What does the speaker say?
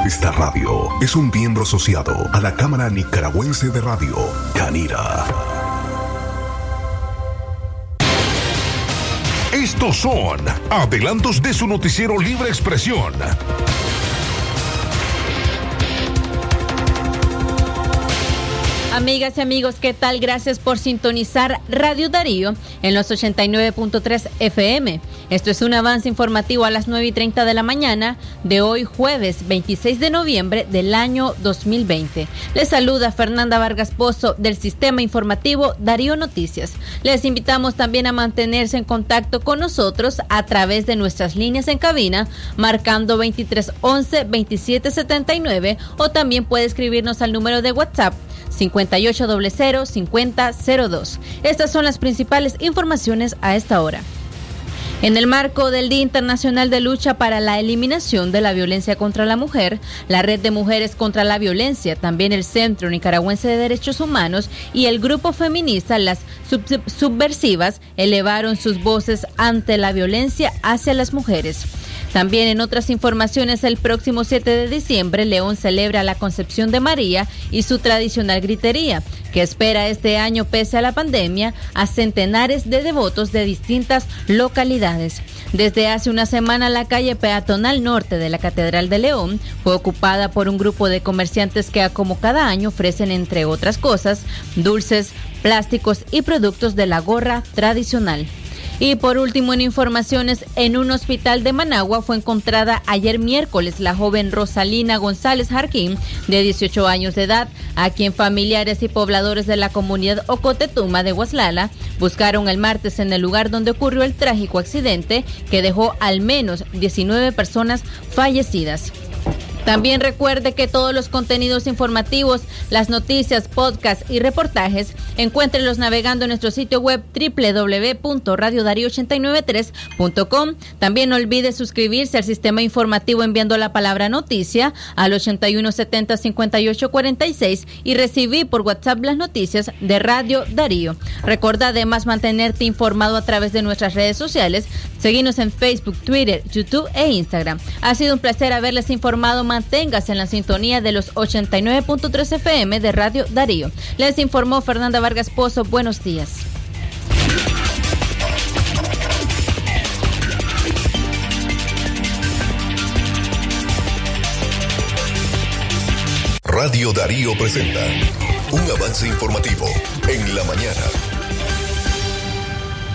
Esta radio es un miembro asociado a la Cámara Nicaragüense de Radio, Canira. Estos son adelantos de su noticiero Libre Expresión. Amigas y amigos, ¿qué tal? Gracias por sintonizar Radio Darío en los 89.3 FM. Esto es un avance informativo a las 9:30 de la mañana de hoy, jueves 26 de noviembre del año 2020. Les saluda Fernanda Vargas Pozo del Sistema Informativo Darío Noticias. Les invitamos también a mantenerse en contacto con nosotros a través de nuestras líneas en cabina, marcando 2311-2779, o también puede escribirnos al número de WhatsApp 5800-5002. Estas son las principales informaciones a esta hora. En el marco del Día Internacional de Lucha para la Eliminación de la Violencia contra la Mujer, la Red de Mujeres contra la Violencia, también el Centro Nicaragüense de Derechos Humanos y el grupo feminista Las Subversivas elevaron sus voces ante la violencia hacia las mujeres. También en otras informaciones, el próximo 7 de diciembre, León celebra la Concepción de María y su tradicional gritería, que espera este año, pese a la pandemia, a centenares de devotos de distintas localidades. Desde hace una semana, la calle peatonal norte de la Catedral de León fue ocupada por un grupo de comerciantes que, como cada año, ofrecen, entre otras cosas, dulces, plásticos y productos de la gorra tradicional. Y por último, en informaciones, en un hospital de Managua fue encontrada ayer miércoles la joven Rosalina González Jarquín, de 18 años de edad, a quien familiares y pobladores de la comunidad Ocotetuma de Guaslala buscaron el martes en el lugar donde ocurrió el trágico accidente que dejó al menos 19 personas fallecidas. También recuerde que todos los contenidos informativos, las noticias, podcasts y reportajes, encuéntrenlos navegando en nuestro sitio web www.radiodarío893.com. También no olvide suscribirse al sistema informativo enviando la palabra noticia al 8170-5846 y recibir por WhatsApp las noticias de Radio Darío. Recuerda además mantenerte informado a través de nuestras redes sociales. Seguinos en Facebook, Twitter, YouTube e Instagram. Ha sido un placer haberles informado. Manténgase en la sintonía de los 89.3 FM de Radio Darío. Les informó Fernanda Vargas Pozo. Buenos días. Radio Darío presenta un avance informativo en la mañana.